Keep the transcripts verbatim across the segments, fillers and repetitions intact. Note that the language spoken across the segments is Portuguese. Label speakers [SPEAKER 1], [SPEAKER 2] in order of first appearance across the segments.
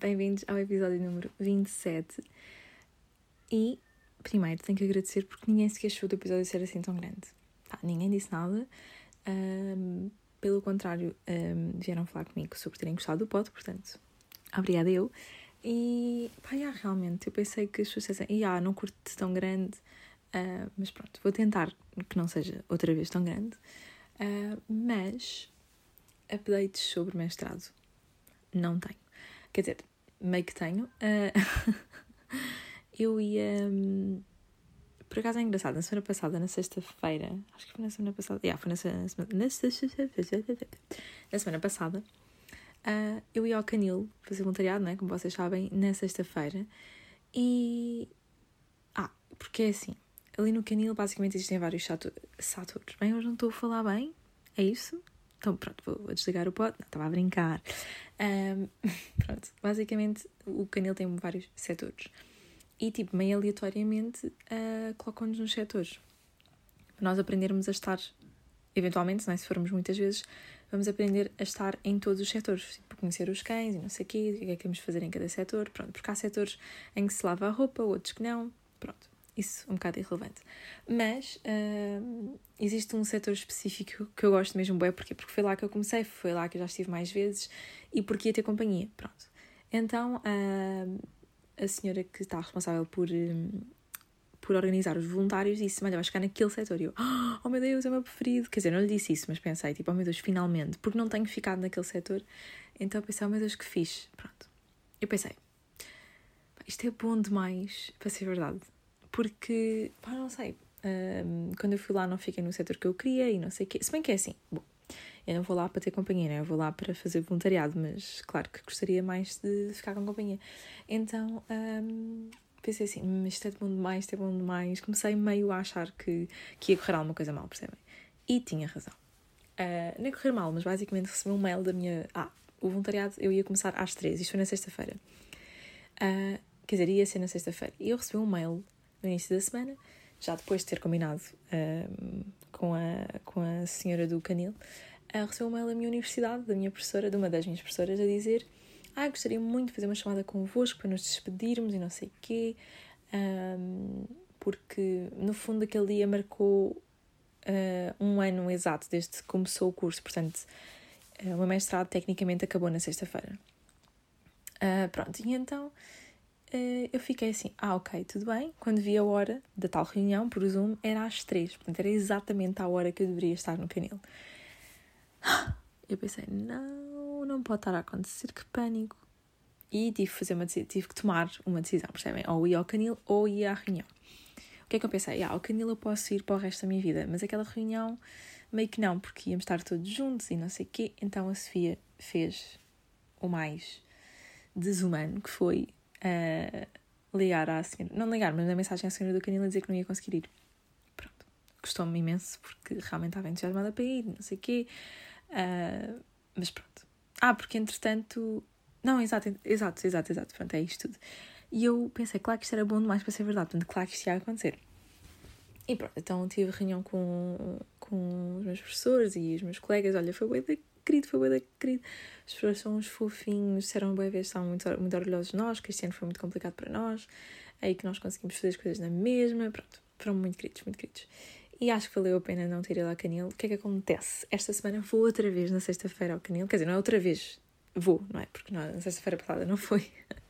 [SPEAKER 1] bem-vindos ao episódio número vinte e sete. E, primeiro, tenho que agradecer porque ninguém se queixou do episódio ser assim tão grande. Tá, ninguém disse nada. Um, pelo contrário, um, vieram falar comigo sobre terem gostado do pod, portanto, obrigada eu. E, pá, já, realmente, eu pensei que as pessoas dissessem, ah, não curto tão grande, uh, mas pronto, vou tentar que não seja outra vez tão grande. Uh, mas, updates sobre mestrado, não tenho. Quer dizer, meio que tenho. Uh, eu ia... Um, por acaso é engraçado, na semana passada, na sexta-feira, acho que foi na semana passada, yeah, foi na semana, na, sexta-feira, na semana passada, uh, eu ia ao Canil fazer voluntariado, não é? Como vocês sabem, na sexta-feira. E... Ah, porque é assim, ali no Canil basicamente existem vários satores. Bem, hoje não estou a falar bem, é isso? Então pronto, vou, vou desligar o pod. Não, estava a brincar. Um, pronto, basicamente o Canil tem vários setores. E tipo, meio aleatoriamente uh, colocam-nos nos setores. Para nós aprendermos a estar, eventualmente, não é? Se formos muitas vezes, vamos aprender a estar em todos os setores. Tipo, conhecer os cães e não sei o quê, o que é que temos de fazer em cada setor. Pronto, porque há setores em que se lava a roupa, outros que não. Pronto, isso é um bocado irrelevante. Mas uh, existe um setor específico que eu gosto mesmo bem. Porquê? Porque foi lá que eu comecei, foi lá que eu já estive mais vezes e porque ia ter companhia. Pronto. Então... Uh, a senhora que está responsável por, um, por organizar os voluntários disse, olha, vais ficar naquele setor. E eu, oh meu Deus, é o meu preferido. Quer dizer, não lhe disse isso, mas pensei, tipo, oh meu Deus, finalmente. Porque não tenho ficado naquele setor. Então eu pensei, oh meu Deus, que fixe. Pronto. Eu pensei, isto é bom demais para ser verdade. Porque, pá, não sei. Um, quando eu fui lá não fiquei no setor que eu queria e não sei o quê. Se bem que é assim, bom, eu não vou lá para ter companhia, né? Eu vou lá para fazer voluntariado, mas claro que gostaria mais de ficar com companhia. Então, um, pensei assim, mas isto é bom demais, isto é bom demais. Comecei meio a achar que, que ia correr alguma coisa mal, percebem? E tinha razão. Uh, não ia correr mal, mas basicamente recebi um mail da minha... Ah, o voluntariado eu ia começar às três, isto foi na sexta-feira. Uh, quer dizer, ia ser na sexta-feira. E eu recebi um mail no início da semana, já depois de ter combinado uh, com, a, com a senhora do Canil, uh, recebi um mail da minha universidade, da minha professora, de uma das minhas professoras, a dizer ah, gostaria muito de fazer uma chamada convosco para nos despedirmos e não sei o quê, um, porque no fundo aquele dia marcou uh, um ano exato desde que começou o curso, portanto uh, o meu mestrado tecnicamente acabou na sexta-feira. Uh, pronto, e então... Uh, eu fiquei assim, ah, ok, tudo bem. Quando vi a hora da tal reunião, por Zoom, era às três. Portanto, era exatamente a hora que eu deveria estar no Canil. Eu pensei, não, não pode estar a acontecer, que pânico. E tive, fazer uma, tive que tomar uma decisão, percebem? Ou ia ao Canil ou ia à reunião. O que é que eu pensei? Ah, ao Canil eu posso ir para o resto da minha vida. Mas aquela reunião, meio que não, porque íamos estar todos juntos e não sei o quê. Então a Sofia fez o mais desumano, que foi... Uh, ligar à senhora, não ligar, mas mandar mensagem à senhora do Canil a dizer que não ia conseguir ir. Pronto, gostou-me imenso porque realmente estava entusiasmada para ir, não sei o quê, uh, mas pronto. Ah, porque entretanto, não, exato, exato, exato, exato, pronto, é isto tudo. E eu pensei, claro que isto era bom demais para ser verdade, portanto, claro que isto ia acontecer. E pronto, então tive reunião com, com os meus professores e os meus colegas, olha, foi bué da querido, foi bué da querido. Os professores são uns fofinhos, disseram bué vezes, estavam muito, muito orgulhosos de nós, que este ano foi muito complicado para nós, aí que nós conseguimos fazer as coisas na mesma, pronto, foram muito queridos, muito queridos. E acho que valeu a pena não ter ido ao Canil. O que é que acontece? Esta semana vou outra vez na sexta-feira ao Canil, quer dizer, não é outra vez, vou, não é? Porque não, na sexta-feira passada não foi.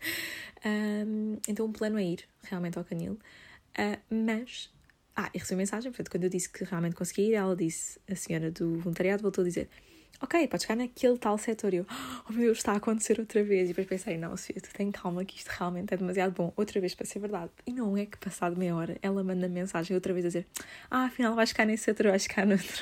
[SPEAKER 1] um, então o plano é ir realmente ao Canil, uh, mas... Ah, e recebi mensagem, portanto, quando eu disse que realmente conseguia ir, ela disse, a senhora do voluntariado voltou a dizer, ok, podes ficar naquele tal setor. E eu, oh meu Deus, está a acontecer outra vez. E depois pensei, não, Sofia, tu tem calma que isto realmente é demasiado bom. Outra vez para ser verdade. E não é que passado meia hora ela manda mensagem outra vez a dizer, ah, afinal vais ficar nesse setor, vais ficar noutro.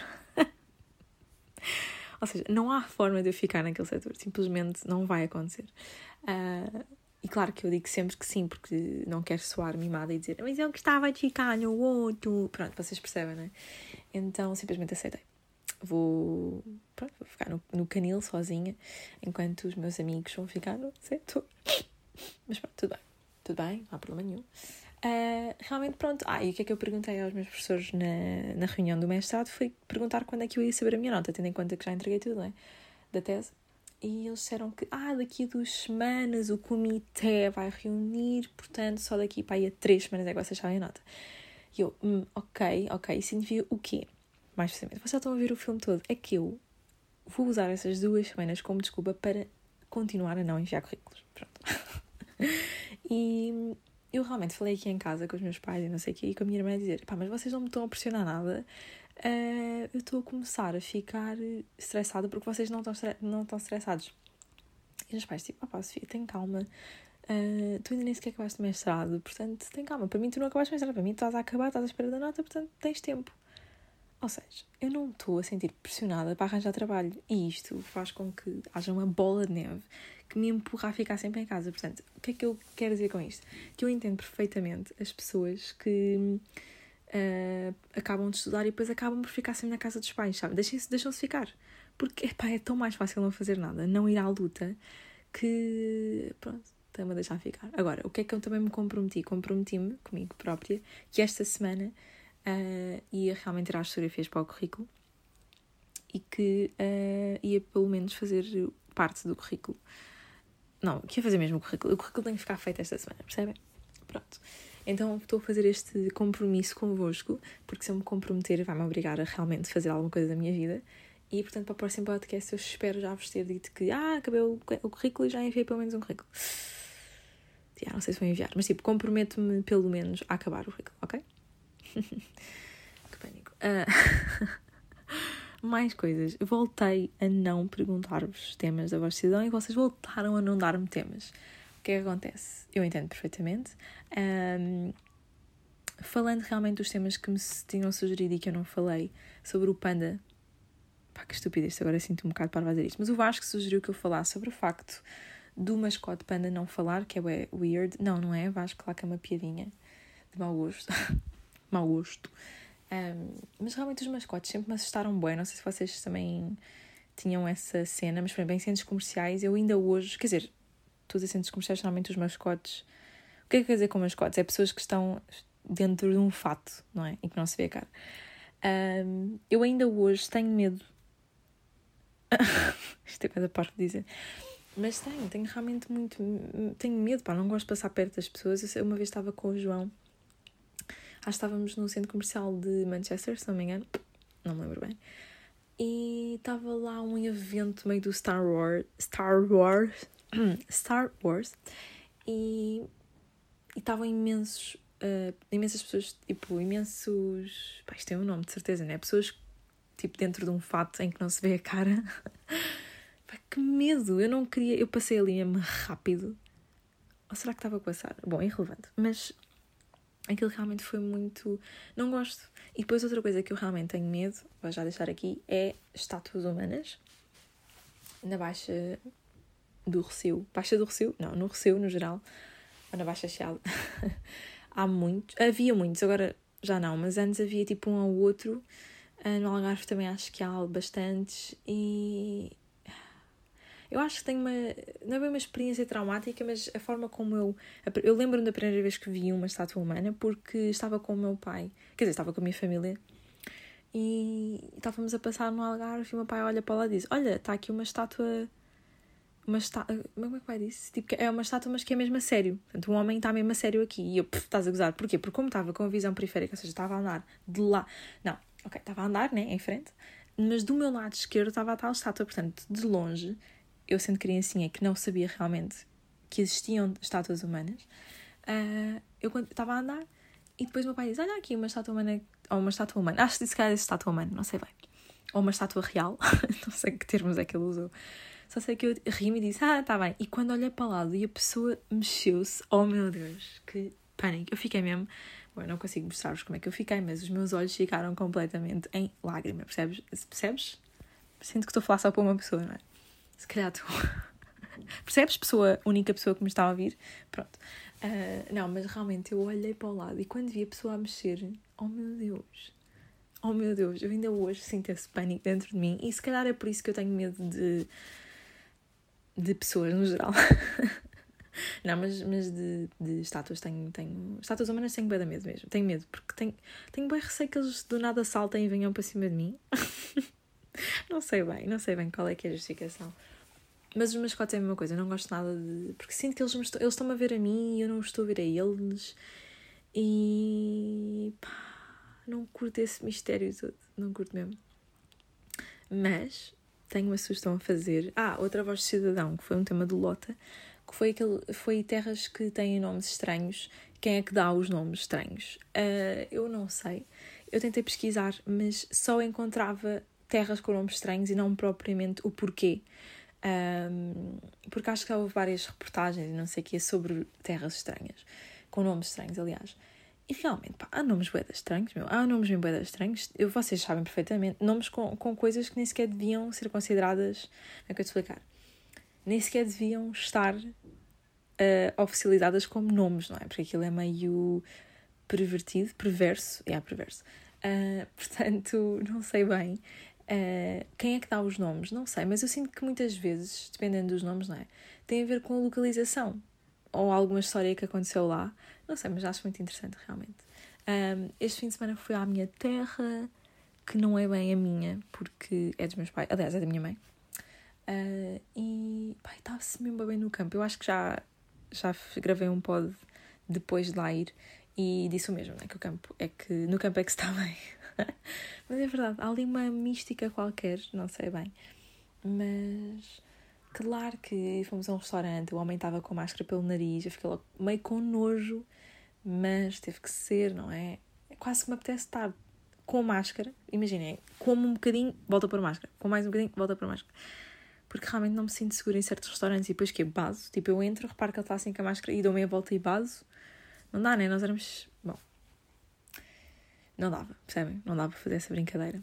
[SPEAKER 1] Ou seja, não há forma de eu ficar naquele setor. Simplesmente não vai acontecer. Uh, e claro que eu digo sempre que sim, porque não quero soar mimada e dizer, mas eu gostava de ficar no outro. Pronto, vocês percebem, não é? Então simplesmente aceitei. Vou, pronto, vou ficar no, no Canil sozinha, enquanto os meus amigos vão ficar no setor. Mas pronto, tudo bem, tudo bem, não há problema nenhum. Uh, realmente, pronto. Ah, e o que é que eu perguntei aos meus professores na, na reunião do mestrado foi perguntar quando é que eu ia saber a minha nota, tendo em conta que já entreguei tudo, não é? Da tese. e eles disseram que ah, daqui a duas semanas o comitê vai reunir, portanto só daqui para aí a três semanas é que vocês sabem a nota. E eu, hum, ok, ok, isso significa o quê? Mais precisamente, vocês já estão a ver o filme todo, é que eu vou usar essas duas semanas como desculpa para continuar a não enviar currículos. Pronto. E eu realmente falei aqui em casa com os meus pais e não sei o quê, e com a minha irmã a dizer, pá, mas vocês não me estão a pressionar nada, uh, eu estou a começar a ficar estressada porque vocês não estão, não estão estressados. E os meus pais, tipo, ah pá, Sofia, tem calma, uh, tu ainda nem sequer acabaste de mestrado, portanto, tem calma, para mim tu não acabaste de mestrado, para mim tu estás a acabar, estás à espera da nota, portanto, tens tempo. Ou seja, eu não estou a sentir pressionada para arranjar trabalho e isto faz com que haja uma bola de neve que me empurra a ficar sempre em casa. Portanto, o que é que eu quero dizer com isto? Que eu entendo perfeitamente as pessoas que uh, acabam de estudar e depois acabam por ficar sempre na casa dos pais, sabe? Deixem-se, deixam-se ficar. Porque, epá, é tão mais fácil não fazer nada, não ir à luta, que, pronto, estão-me a deixar ficar. Agora, o que é que eu também me comprometi? Comprometi-me comigo própria que esta semana Uh, ia realmente tirar as fotografias para o currículo e que uh, ia pelo menos fazer parte do currículo. Não, que ia fazer mesmo o currículo. O currículo tem que ficar feito esta semana, percebem? Pronto. Então estou a fazer este compromisso convosco, porque se eu me comprometer vai-me obrigar a realmente fazer alguma coisa da minha vida. E portanto para o próximo podcast eu espero já vos ter dito que ah, acabei o, o currículo e já enviei pelo menos um currículo. Já, não sei se vou enviar, mas tipo, comprometo-me pelo menos a acabar o currículo, ok? Que pânico. Uh, mais coisas. Eu voltei a não perguntar-vos temas da vossa decisão e vocês voltaram a não dar-me temas. O que é que acontece? Eu entendo perfeitamente. Um, falando realmente dos temas que me tinham sugerido e que eu não falei, sobre o panda. Pá, que estupidez, agora sinto um bocado para fazer isto. Mas o Vasco sugeriu que eu falasse sobre o facto do mascote panda não falar, que é weird. Não, não é? Vasco, lá que é uma piadinha de mau gosto. mau gosto. Um, mas realmente os mascotes sempre me assustaram bem. Não sei se vocês também tinham essa cena, mas por exemplo, em centros comerciais, eu ainda hoje, quer dizer, todos os centros comerciais, geralmente os mascotes. O que é que quer dizer com mascotes? É pessoas que estão dentro de um fato, não é? E que não se vê a cara. Um, eu ainda hoje tenho medo. Isto é coisa para dizer. Mas tenho, tenho realmente muito. Tenho medo, pá, não gosto de passar perto das pessoas. Eu uma vez estava com o João. Acho que estávamos no centro comercial de Manchester, se não me engano. Não me lembro bem. E estava lá um evento meio do Star Wars. Star Wars. Star Wars. E estavam imensos... Uh, imensas pessoas, tipo, imensos... Pá, isto tem um nome, de certeza, não é? Pessoas, tipo, dentro de um fato em que não se vê a cara. Pá, que medo! Eu não queria... Eu passei ali mesmo rápido. Ou será que estava a passar? Bom, irrelevante. Mas... aquilo realmente foi muito... Não gosto. E depois outra coisa que eu realmente tenho medo, vou já deixar aqui, é estátuas humanas. Na Baixa do Rossio. Baixa do Rossio? Não, no Rossio, no geral. Ou na Baixa Chiado. Há muitos. Havia muitos, agora já não. Mas antes havia tipo um ao outro. No Algarve também acho que há bastantes. E... eu acho que tenho uma... não é bem uma experiência traumática, mas a forma como eu... Eu lembro-me da primeira vez que vi uma estátua humana porque estava com o meu pai. Quer dizer, estava com a minha família. E estávamos a passar no Algarve e o meu pai olha para lá e diz: olha, está aqui uma estátua... Uma estátua... Como é que vai dizer? Tipo, é uma estátua, mas que é mesmo a sério. Portanto, um homem está mesmo a sério aqui. E eu, pff, estás a gozar. Porquê? Porque como estava com a visão periférica, ou seja, estava a andar de lá... Não, ok, estava a andar, né, em frente. Mas do meu lado esquerdo estava a tal estátua. Portanto, de longe... eu sendo criancinha que não sabia realmente que existiam estátuas humanas, uh, eu estava a andar e depois o meu pai diz: olha aqui uma estátua humana, ou uma estátua humana, acho que disse que era estátua humana, não sei bem, ou uma estátua real, não sei que termos é que ele usou, só sei que eu ri-me e disse: ah, está bem. E quando olhei para o lado e a pessoa mexeu-se, oh meu Deus, que pânico, eu fiquei mesmo, bom, eu não consigo mostrar-vos como é que eu fiquei, mas os meus olhos ficaram completamente em lágrima, percebes? Percebes? Sinto que estou a falar só para uma pessoa, não é? Se calhar tu... Percebes? Pessoa, única pessoa que me está a ouvir. Pronto. Uh, não, mas realmente eu olhei para o lado e quando vi a pessoa a mexer, oh meu Deus. Oh meu Deus. Eu ainda hoje sinto esse pânico dentro de mim e se calhar é por isso que eu tenho medo de... de pessoas no geral. Não, mas, mas de, de estátuas tenho, tenho... estátuas humanas tenho bem medo mesmo. Tenho medo porque tenho, tenho bem receio que eles do nada saltem e venham para cima de mim. Não sei bem, não sei bem qual é que é a justificação. Mas os mascotes é a mesma coisa, eu não gosto nada de... Porque sinto que eles, me estou... eles estão-me a ver a mim e eu não estou a ver a eles. E... pá, não curto esse mistério todo. Não curto mesmo. Mas tenho uma sugestão a fazer. Ah, outra voz de cidadão, que foi um tema do Lota, que foi, aquele... foi terras que têm nomes estranhos. Quem é que dá os nomes estranhos? Uh, eu não sei. Eu tentei pesquisar, mas só encontrava terras com nomes estranhos e não propriamente o porquê. Um, porque acho que já houve várias reportagens e não sei o que sobre terras estranhas, com nomes estranhos, aliás. E realmente, pá, há nomes bué estranhos, meu. Há nomes bem bué estranhos. Eu, vocês sabem perfeitamente. Nomes com, com coisas que nem sequer deviam ser consideradas... Como é que eu te explicar? Nem sequer deviam estar uh, oficializadas como nomes, não é? Porque aquilo é meio pervertido, perverso. É, perverso. Uh, portanto, não sei bem. Uh, quem é que dá os nomes? Não sei, mas eu sinto que muitas vezes, dependendo dos nomes, não é? Tem a ver com a localização ou alguma história que aconteceu lá. Não sei, mas acho muito interessante, realmente. Um, este fim de semana fui à minha terra, que não é bem a minha, porque é dos meus pais, aliás, é da minha mãe. Uh, e, pá, estava-se mesmo bem no campo. Eu acho que já, já gravei um pod depois de lá ir e disse o mesmo, não é? Que o campo é que no campo é que se está bem. Mas é verdade, há ali uma mística qualquer, não sei bem. Mas, claro que fomos a um restaurante, o homem estava com máscara pelo nariz, eu fiquei logo meio com nojo, mas teve que ser, não é? Quase que me apetece estar com máscara, imaginem, como um bocadinho, volta para a máscara, com mais um bocadinho, volta para a máscara. Porque realmente não me sinto segura em certos restaurantes e depois que é baso, tipo eu entro, reparo que ele está assim com a máscara e dou meia volta e baso. Não dá, né? Nós éramos... Bom, não dava, percebem? Não dava para fazer essa brincadeira.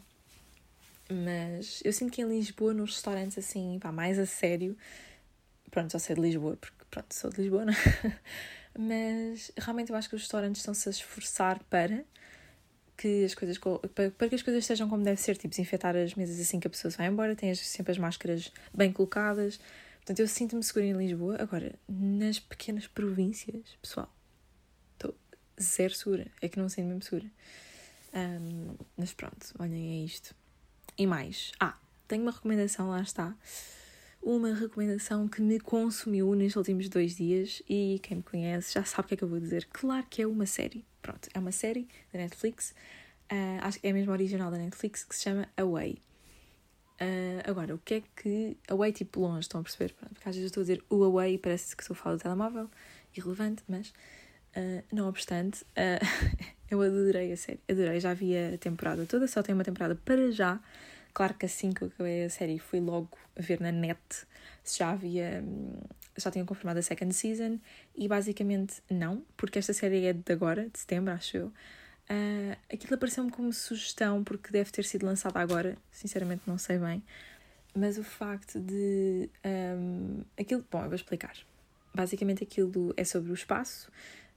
[SPEAKER 1] Mas eu sinto que em Lisboa, nos restaurantes assim, pá, mais a sério... Pronto, só sei de Lisboa, porque pronto, sou de Lisboa, não é? Mas realmente eu acho que os restaurantes estão-se a esforçar para que as coisas, para, para que as coisas estejam como deve ser, tipo, desinfetar as mesas assim que a pessoa se vai embora, tem sempre as máscaras bem colocadas. Portanto, eu sinto-me segura em Lisboa. Agora, nas pequenas províncias, pessoal, estou zero segura. É que não sinto mesmo segura. Um, mas pronto, olhem, é isto. E mais. Ah, tenho uma recomendação, lá está. Uma recomendação que me consumiu nestes últimos dois dias e quem me conhece já sabe o que é que eu vou dizer. Claro que é uma série. Pronto, é uma série da Netflix. Uh, acho que é a mesma original da Netflix, que se chama Away. Uh, agora, o que é que... Away tipo longe, estão a perceber? Pronto, porque às vezes eu estou a dizer o Away e parece que estou a falar do telemóvel. Irrelevante, mas... Uh, não obstante, uh, eu adorei a série. Adorei, já vi a temporada toda. Só tem uma temporada para já. Claro que assim que eu acabei a série fui logo ver na net se já havia... Já tinham confirmado a second season e basicamente não, porque esta série é de agora, de setembro, acho eu. Uh, aquilo apareceu-me como sugestão porque deve ter sido lançada agora, sinceramente não sei bem. Mas o facto de... Um, aquilo... Bom, eu vou explicar. Basicamente aquilo é sobre o espaço,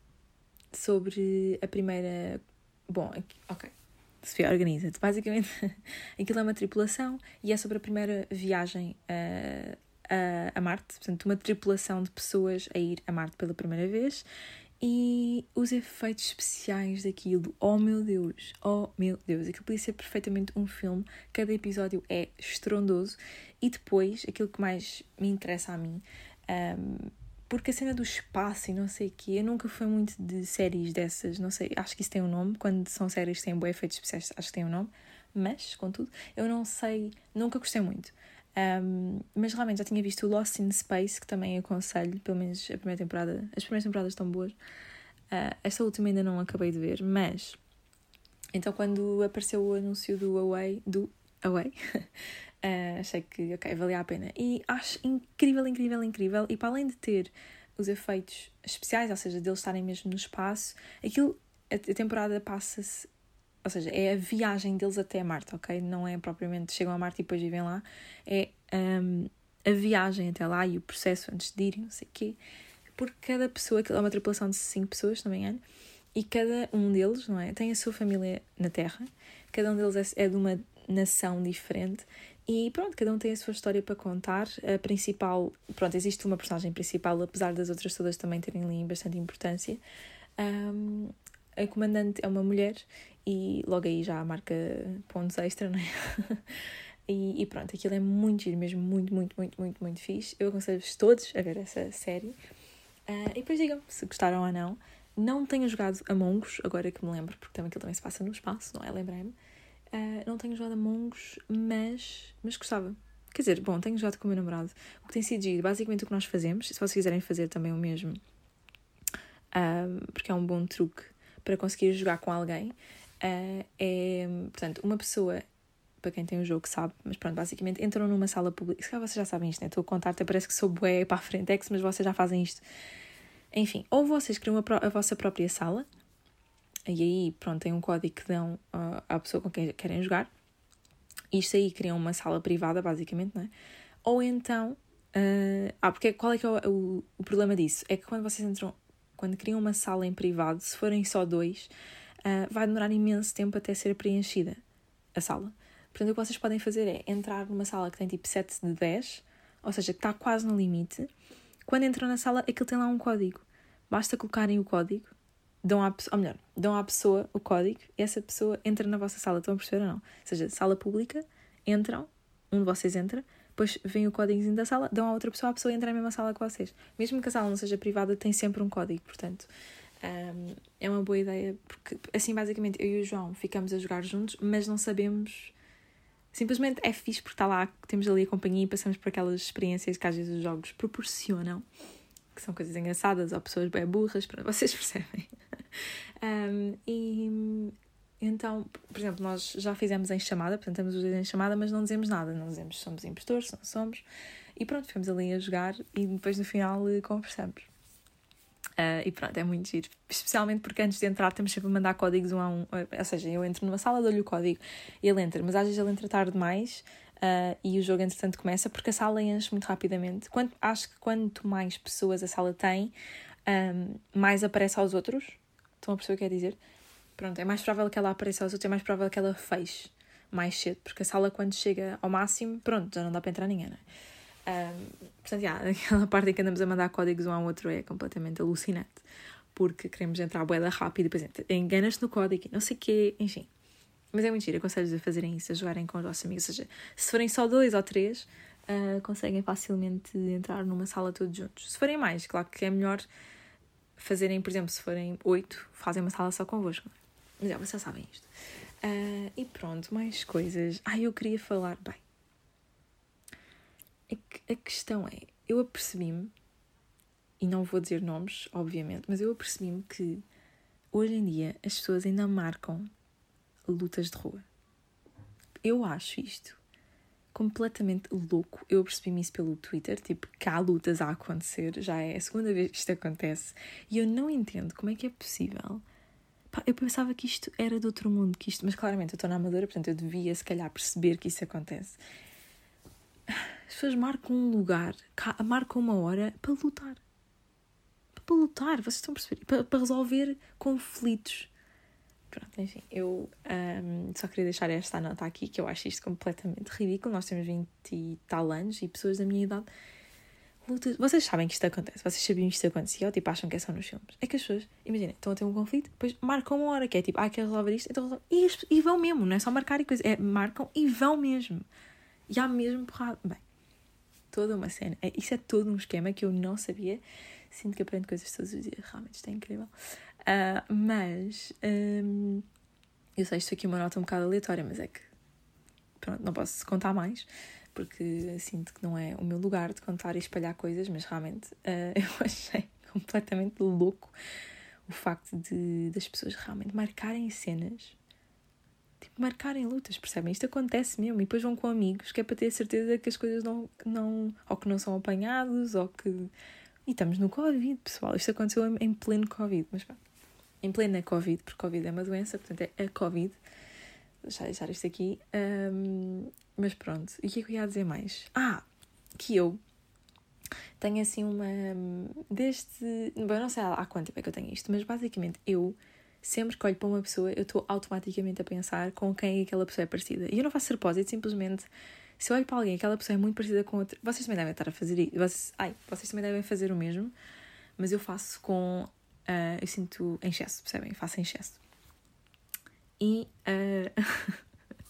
[SPEAKER 1] sobre a primeira... Bom, ok. Sofia, organiza-te. Basicamente, aquilo é uma tripulação e é sobre a primeira viagem a, a, a Marte. Portanto, uma tripulação de pessoas a ir a Marte pela primeira vez e os efeitos especiais daquilo. Oh, meu Deus! Oh, meu Deus! Aquilo podia ser perfeitamente um filme. Cada episódio é estrondoso. E depois, aquilo que mais me interessa a mim... Um, porque a cena do espaço e não sei o quê, eu nunca fui muito de séries dessas, não sei, acho que isso tem um nome, quando são séries que têm bons efeitos especiais, acho que tem um nome, mas, contudo, eu não sei, nunca gostei muito. Um, mas realmente já tinha visto o Lost in Space, que também aconselho, pelo menos a primeira temporada, as primeiras temporadas estão boas. Uh, esta última ainda não acabei de ver, mas, então quando apareceu o anúncio do Away, do Away... Uh, achei que, ok, valia a pena. E acho incrível, incrível, incrível. E para além de ter os efeitos especiais, ou seja, deles estarem mesmo no espaço, aquilo, a, a temporada passa-se, ou seja, é a viagem deles até Marte, ok? Não é propriamente chegam a Marte e depois vivem lá. É um, a viagem até lá e o processo antes de irem, não sei o quê. Porque cada pessoa, é uma tripulação de cinco pessoas, se não me engano, e cada um deles, não é? Tem a sua família na Terra. Cada um deles é, é de uma nação diferente. E pronto, cada um tem a sua história para contar. A principal, pronto, existe uma personagem principal, apesar das outras todas também terem ali bastante importância. Um, a comandante é uma mulher e logo aí já marca pontos extra, não é? E, e pronto, aquilo é muito giro, mesmo muito, muito, muito, muito, muito fixe. Eu aconselho-vos todos a ver essa série. Uh, e depois digam se gostaram ou não. Não tenho jogado Among Us, agora que me lembro, porque também aquilo também se passa no espaço, não é? Lembrei-me. Uh, não tenho jogado Among Us, mas, mas gostava. Quer dizer, bom, tenho jogado com o meu namorado. O que tem sido giro, basicamente o que nós fazemos, se vocês quiserem fazer também o mesmo, uh, porque é um bom truque para conseguir jogar com alguém, uh, é, portanto, uma pessoa, para quem tem o jogo sabe, mas pronto, basicamente entram numa sala pública. Se calhar vocês já sabem isto, né? Estou a contar, até parece que sou bué para a frente, é que, mas vocês já fazem isto. Enfim, ou vocês criam a, a vossa própria sala, e aí, pronto, tem um código que dão uh, à pessoa com quem querem jogar. Isto aí criam uma sala privada, basicamente, não é? Ou então... Uh, ah, porque qual é que é o, o, o problema disso? É que quando vocês entram... Quando criam uma sala em privado, se forem só dois, uh, vai demorar imenso tempo até ser preenchida a sala. Portanto, o que vocês podem fazer é entrar numa sala que tem tipo sete de dez, ou seja, que está quase no limite. Quando entram na sala, aquilo tem lá um código. Basta colocarem o código, dão à, ou melhor, dão à pessoa o código e essa pessoa entra na vossa sala. Estão a perceber ou não? Ou seja, sala pública, entram, um de vocês entra, depois vem o códigozinho da sala, dão à outra pessoa, a pessoa entra na mesma sala que vocês. Mesmo que a sala não seja privada, tem sempre um código, portanto... Um, é uma boa ideia, porque assim basicamente eu e o João ficamos a jogar juntos, mas não sabemos... Simplesmente é fixe porque está lá, temos ali a companhia e passamos por aquelas experiências que às vezes os jogos proporcionam, que são coisas engraçadas ou pessoas bem burras, para vocês percebem. um, e então, por exemplo, nós já fizemos em chamada, portanto estamos os dois em chamada, mas não dizemos nada, não dizemos se somos impostores, se não somos, e pronto, ficamos ali a jogar e depois no final conversamos. Uh, e pronto, é muito giro. Especialmente porque antes de entrar temos sempre a mandar códigos um a um. Ou seja, eu entro numa sala, dou-lhe o código e ele entra. Mas às vezes ele entra tarde demais uh, e o jogo entretanto começa porque a sala enche muito rapidamente. Quanto, acho que quanto mais pessoas a sala tem, um, mais aparece aos outros. Estão a perceber o que quer dizer? Pronto, é mais provável que ela apareça aos outros, é mais provável que ela feche mais cedo. Porque a sala quando chega ao máximo, pronto, já não dá para entrar ninguém, não é? Um, portanto, yeah, aquela parte em que andamos a mandar códigos um ao outro é completamente alucinante, porque queremos entrar a boeda rápido e depois enganas-te no código e não sei o quê, enfim. Mas é muito giro, aconselho-vos a fazerem isso, a jogarem com os vossos amigos. Ou seja, se forem só dois ou três, uh, conseguem facilmente entrar numa sala todos juntos. Se forem mais, claro que é melhor fazerem, por exemplo, se forem oito, fazem uma sala só convosco. Mas já, vocês já sabem isto. Uh, e pronto, mais coisas. Ah, eu queria falar, bem, é que a questão é, eu apercebi-me, e não vou dizer nomes, obviamente, mas eu apercebi-me que hoje em dia as pessoas ainda marcam lutas de rua. Eu acho isto completamente louco. Eu apercebi-me isso pelo Twitter, tipo, que há lutas a acontecer, já é a segunda vez que isto acontece, e eu não entendo como é que é possível. Pá, eu pensava que isto era de outro mundo, que isto, mas claramente eu estou na Amadora, portanto eu devia se calhar perceber que isso acontece. As pessoas marcam um lugar, marcam uma hora para lutar. Para lutar, vocês estão a perceber? Para, para resolver conflitos. Pronto, enfim, eu um, só queria deixar esta nota aqui, que eu acho isto completamente ridículo. Nós temos vinte e tal anos e pessoas da minha idade lutas. Vocês sabem que isto acontece, vocês sabiam que isto acontecia ou tipo acham que é só nos filmes? É que as pessoas, imaginem, estão a ter um conflito, depois marcam uma hora, que é tipo, ah, quer resolver isto, então resolve. E, e vão mesmo, não é só marcar e coisa, é marcam e vão mesmo. E há mesmo porrada. Bem, toda uma cena. É, isso é todo um esquema que eu não sabia. Sinto que aprendo coisas todos os dias. Realmente isto é incrível. Uh, mas um, eu sei, isto aqui é uma nota um bocado aleatória, mas é que pronto, não posso contar mais porque sinto que não é o meu lugar de contar e espalhar coisas, mas realmente uh, eu achei completamente louco o facto de das pessoas realmente marcarem cenas, tipo, marcarem lutas, percebem? Isto acontece mesmo, e depois vão com amigos, que é para ter certeza que as coisas não, não ou que não são apanhados, ou que... E estamos no Covid, pessoal, isto aconteceu em, em pleno Covid, mas pá, em plena Covid, porque Covid é uma doença, portanto é a Covid, deixa eu deixar isto aqui, um, mas pronto, e o que é que eu ia dizer mais? Ah, que eu tenho assim uma, desde, bom, eu não sei há quanto tempo é que eu tenho isto, mas basicamente eu, sempre que olho para uma pessoa, eu estou automaticamente a pensar com quem aquela pessoa é parecida. E eu não faço propósito, simplesmente, se eu olho para alguém, aquela pessoa é muito parecida com outra... Vocês também devem estar a fazer isso. Vocês, ai, vocês também devem fazer o mesmo. Mas eu faço com... Uh, eu sinto em excesso, percebem? Faço em excesso. E... Uh,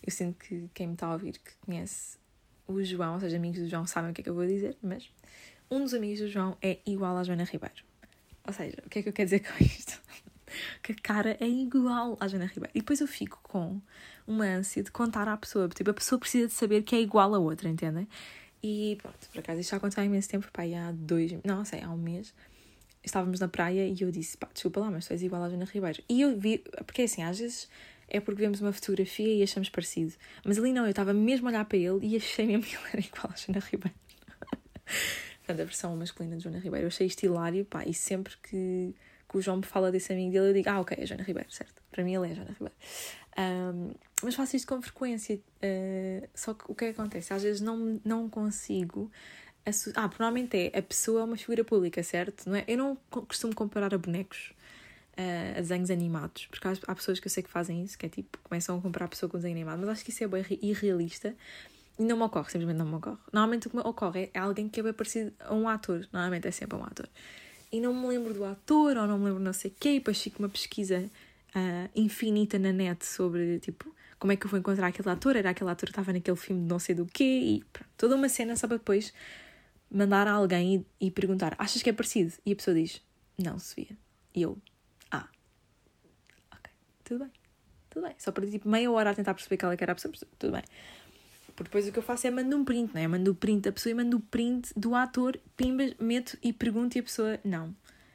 [SPEAKER 1] eu sinto que quem me está a ouvir, que conhece o João, ou seja, amigos do João, sabem o que é que eu vou dizer, mas um dos amigos do João é igual à Joana Ribeiro. Ou seja, o que é que eu quero dizer com isto? Que a cara é igual à Joana Ribeiro. E depois eu fico com uma ânsia de contar à pessoa. Tipo, a pessoa precisa de saber que é igual a outra, entendem? E pronto, por acaso isto já aconteceu há imenso tempo, pá, há dois, não sei, há um mês. Estávamos na praia e eu disse, pá, desculpa lá, mas tu és igual à Joana Ribeiro. E eu vi, porque assim, às vezes é porque vemos uma fotografia e achamos parecido. Mas ali não, eu estava mesmo a olhar para ele e achei mesmo que ele era igual à Joana Ribeiro. Portanto, a versão masculina de Joana Ribeiro. Eu achei isto hilário, pá, e sempre que, que o João me fala desse amigo dele, eu digo, ah, ok, é Joana Ribeiro, certo. Para mim ele é Joana Ribeiro. Um, mas faço isto com frequência. Uh, só que o que é que acontece? Às vezes não, não consigo... Assu- ah, provavelmente é, a pessoa é uma figura pública, certo? Não é? Eu não costumo comparar a bonecos, uh, a desenhos animados, porque há, há pessoas que eu sei que fazem isso, que é tipo, começam a comparar a pessoa com desenho animado, mas acho que isso é bem irrealista e não me ocorre, simplesmente não me ocorre. Normalmente o que me ocorre é alguém que é bem parecido a um ator, normalmente é sempre um ator. E não me lembro do ator, ou não me lembro não sei o quê, e depois fico uma pesquisa uh, infinita na net sobre, tipo, como é que eu vou encontrar aquele ator, era aquele ator que estava naquele filme de não sei do quê, e pronto, toda uma cena só para depois mandar a alguém e, e perguntar, achas que é parecido? E a pessoa diz, não, Sofia. E eu, ah, ok, tudo bem, tudo bem. Só perdi tipo meia hora a tentar perceber qual é que era a pessoa, tudo bem. Porque depois o que eu faço é mando um print, não é? Eu mando o print da pessoa e mando o print do ator, pimbas, meto e pergunto e a pessoa, não.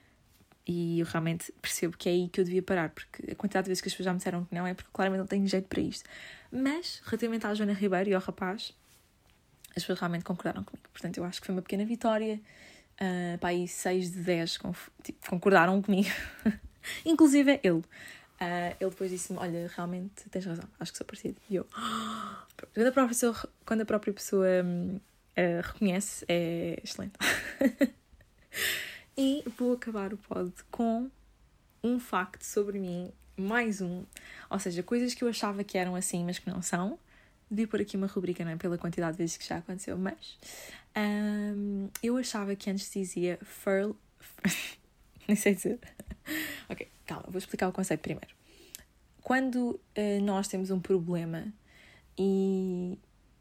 [SPEAKER 1] E eu realmente percebo que é aí que eu devia parar, porque a quantidade de vezes que as pessoas já me disseram que não é porque claramente não tenho jeito para isto. Mas, relativamente à Joana Ribeiro e ao rapaz, as pessoas realmente concordaram comigo. Portanto, eu acho que foi uma pequena vitória. Uh, pá, aí seis de dez conf- tipo, concordaram comigo. Inclusive ele. Uh, ele depois disse-me, olha, realmente tens razão, acho que sou parecido. E eu... Quando a própria pessoa, quando a própria pessoa uh, reconhece, é excelente. E vou acabar o pod com um facto sobre mim. Mais um. Ou seja, coisas que eu achava que eram assim, mas que não são. Devia pôr aqui uma rubrica, não é? Pela quantidade de vezes que já aconteceu, mas um, eu achava que antes dizia furl... nem sei dizer. Ok, calma, vou explicar o conceito primeiro. Quando uh, nós temos um problema e,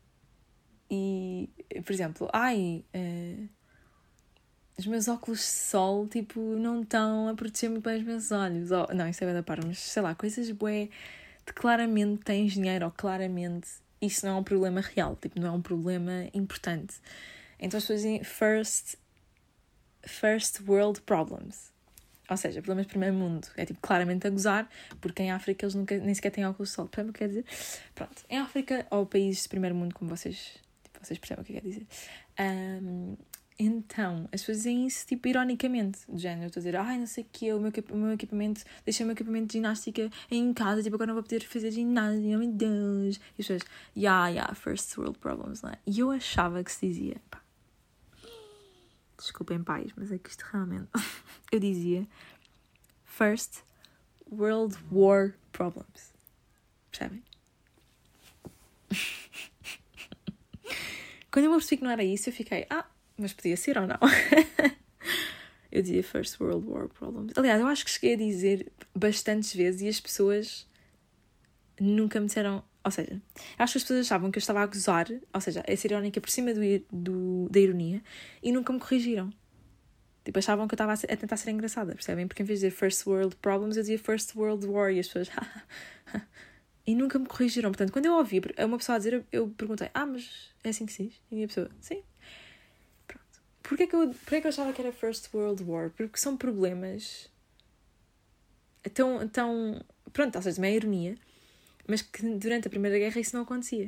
[SPEAKER 1] e por exemplo, ai, uh, os meus óculos de sol, tipo, não estão a proteger muito bem os meus olhos. Oh, não, isso é bem da par, mas sei lá, coisas bué de claramente tens dinheiro ou claramente isso não é um problema real, tipo, não é um problema importante. Então as pessoas dizem first, first world problems. Ou seja, problemas de primeiro mundo. É tipo, claramente a gozar, porque em África eles nunca, nem sequer têm óculos de sol. Percebem o que quer dizer? Pronto. Em África, ou países de primeiro mundo, como vocês, tipo, vocês percebem o que quer dizer. Um, então, as pessoas dizem isso, tipo, ironicamente. Do género, eu estou a dizer, ai, não sei o que, o meu, o meu equipamento, deixei o meu equipamento de ginástica em casa, tipo, agora não vou poder fazer ginástica, oh meu Deus. E as pessoas, yeah, yeah, first world problems, não é? E eu achava que se dizia, pá, desculpem pais, mas é que isto realmente, eu dizia, first world war problems. Percebem? Quando eu me percebi que não era isso, eu fiquei, ah, mas podia ser ou não? Eu dizia First World War Problems. Aliás, eu acho que cheguei a dizer bastantes vezes e as pessoas nunca me disseram... Ou seja, acho que as pessoas achavam que eu estava a gozar, ou seja, a ser irónica por cima do, do, da ironia, e nunca me corrigiram. Tipo, achavam que eu estava a tentar ser engraçada, percebem? Porque em vez de dizer First World Problems, eu dizia First World War e as pessoas... e nunca me corrigiram. Portanto, quando eu ouvi uma pessoa a dizer, eu perguntei, ah, mas é assim que se diz? E a pessoa, sim. Porquê que, eu, porquê que eu achava que era First World War? Porque são problemas tão, tão... Pronto, ou seja, uma ironia, mas que durante a Primeira Guerra isso não acontecia.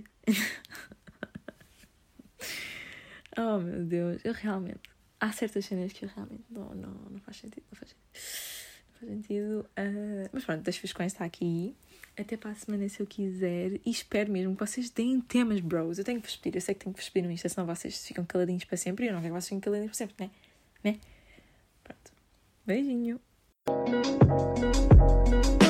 [SPEAKER 1] Oh, meu Deus. Eu realmente... Há certas cenas que eu realmente... Não, não, não faz sentido. Não faz sentido. Não faz sentido. Uh, mas pronto, deixo-vos com esta aqui. Até para a semana, se eu quiser. E espero mesmo que vocês deem temas, bros. Eu tenho que vos pedir. Eu sei que tenho que vos pedir no Insta, senão vocês ficam caladinhos para sempre. E eu não quero que vocês fiquem caladinhos para sempre, né? Né? Pronto. Beijinho.